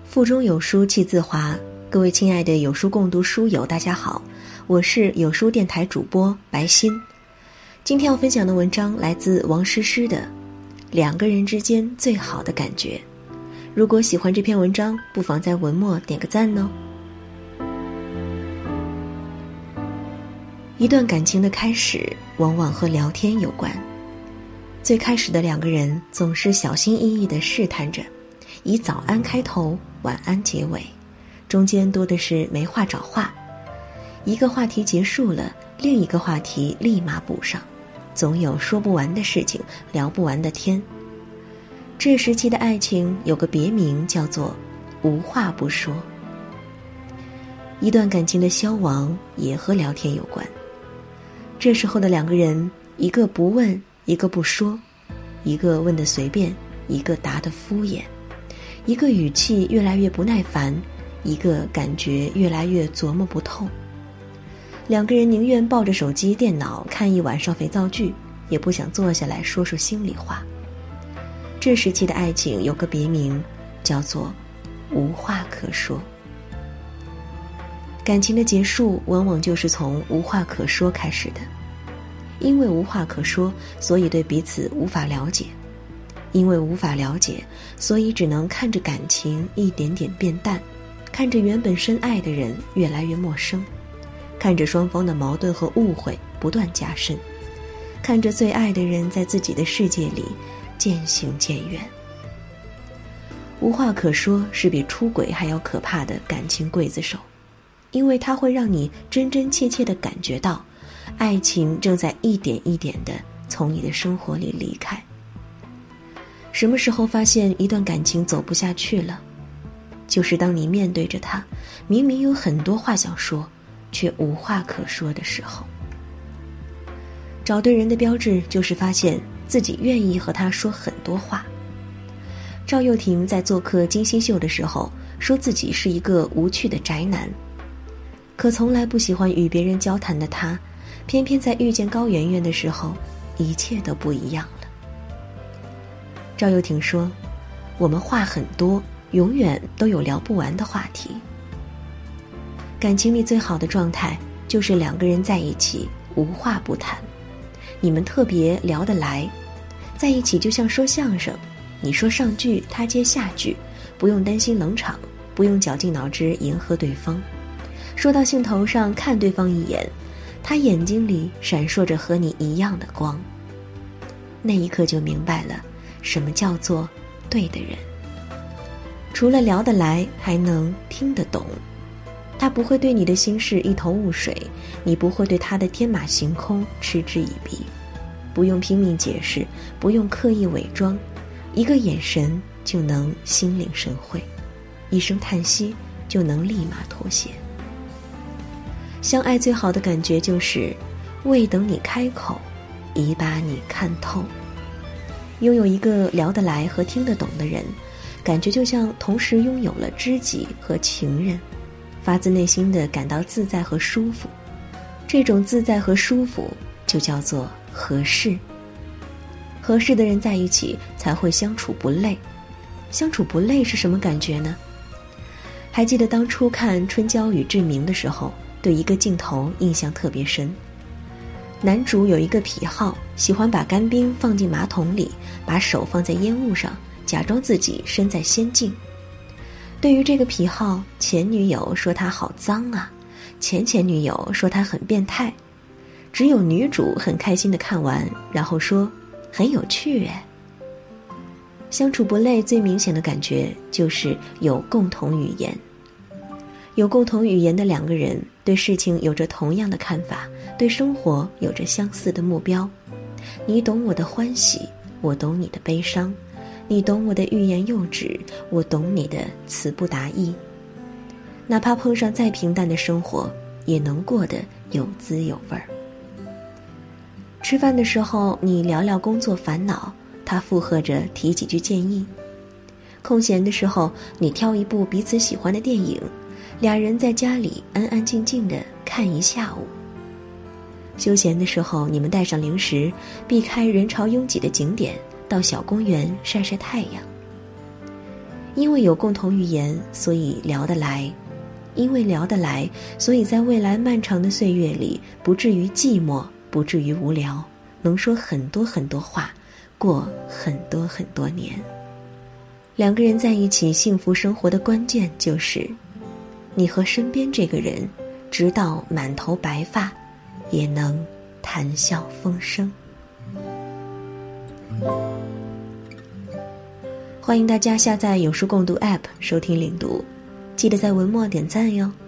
腹中有书气自华，各位亲爱的有书共读书友，大家好，我是有书电台主播白欣。今天要分享的文章来自王诗诗的《两个人之间最好的感觉》。如果喜欢这篇文章，不妨在文末点个赞哦。一段感情的开始，往往和聊天有关。最开始的两个人总是小心翼翼地试探着，以早安开头，晚安结尾，中间多的是没话找话。一个话题结束了，另一个话题立马补上，总有说不完的事情，聊不完的天。这时期的爱情有个别名叫做无话不说。一段感情的消亡也和聊天有关。这时候的两个人，一个不问，一个不说，一个问得随便，一个答得敷衍，一个语气越来越不耐烦，一个感觉越来越琢磨不透。两个人宁愿抱着手机电脑看一晚上肥皂剧，也不想坐下来说说心里话。这时期的爱情有个别名叫做无话可说。感情的结束往往就是从无话可说开始的。因为无话可说，所以对彼此无法了解。因为无法了解，所以只能看着感情一点点变淡，看着原本深爱的人越来越陌生，看着双方的矛盾和误会不断加深，看着最爱的人在自己的世界里渐行渐远。无话可说是比出轨还要可怕的感情刽子手，因为它会让你真真切切地感觉到爱情正在一点一点地从你的生活里离开。什么时候发现一段感情走不下去了？就是当你面对着他，明明有很多话想说，却无话可说的时候。找对人的标志就是发现自己愿意和他说很多话。赵又廷在做客金星秀的时候，说自己是一个无趣的宅男，可从来不喜欢与别人交谈的他，偏偏在遇见高圆圆的时候，一切都不一样了。赵又廷说，我们话很多，永远都有聊不完的话题。感情里最好的状态就是两个人在一起无话不谈，你们特别聊得来，在一起就像说相声，你说上句他接下句，不用担心冷场，不用绞尽脑汁迎合对方，说到兴头上看对方一眼，他眼睛里闪烁着和你一样的光。那一刻就明白了什么叫做对的人。除了聊得来，还能听得懂。他不会对你的心事一头雾水，你不会对他的天马行空嗤之以鼻。不用拼命解释，不用刻意伪装，一个眼神就能心领神会，一声叹息就能立马妥协。相爱最好的感觉就是未等你开口，已把你看透。拥有一个聊得来和听得懂的人，感觉就像同时拥有了知己和情人，发自内心的感到自在和舒服。这种自在和舒服就叫做合适。合适的人在一起才会相处不累。相处不累是什么感觉呢？还记得当初看《春娇与志明》的时候，对一个镜头印象特别深。男主有一个癖好，喜欢把干冰放进马桶里，把手放在烟雾上，假装自己身在仙境。对于这个癖好，前女友说他好脏啊，前前女友说他很变态，只有女主很开心地看完，然后说很有趣耶。相处不累最明显的感觉就是有共同语言。有共同语言的两个人，对事情有着同样的看法，对生活有着相似的目标。你懂我的欢喜，我懂你的悲伤，你懂我的欲言又止，我懂你的词不达意。哪怕碰上再平淡的生活，也能过得有滋有味儿。吃饭的时候，你聊聊工作烦恼，他附和着提几句建议。空闲的时候，你挑一部彼此喜欢的电影，俩人在家里安安静静地看一下午。休闲的时候，你们带上零食，避开人潮拥挤的景点，到小公园晒晒太阳。 因为有共同语言，所以聊得来；因为聊得来，所以在未来漫长的岁月里，不至于寂寞，不至于无聊，能说很多很多话，过很多很多年。两个人在一起幸福生活的关键就是，你和身边这个人，直到满头白发，也能谈笑风生。欢迎大家下载有书共读 App 收听领读，记得在文末点赞哟。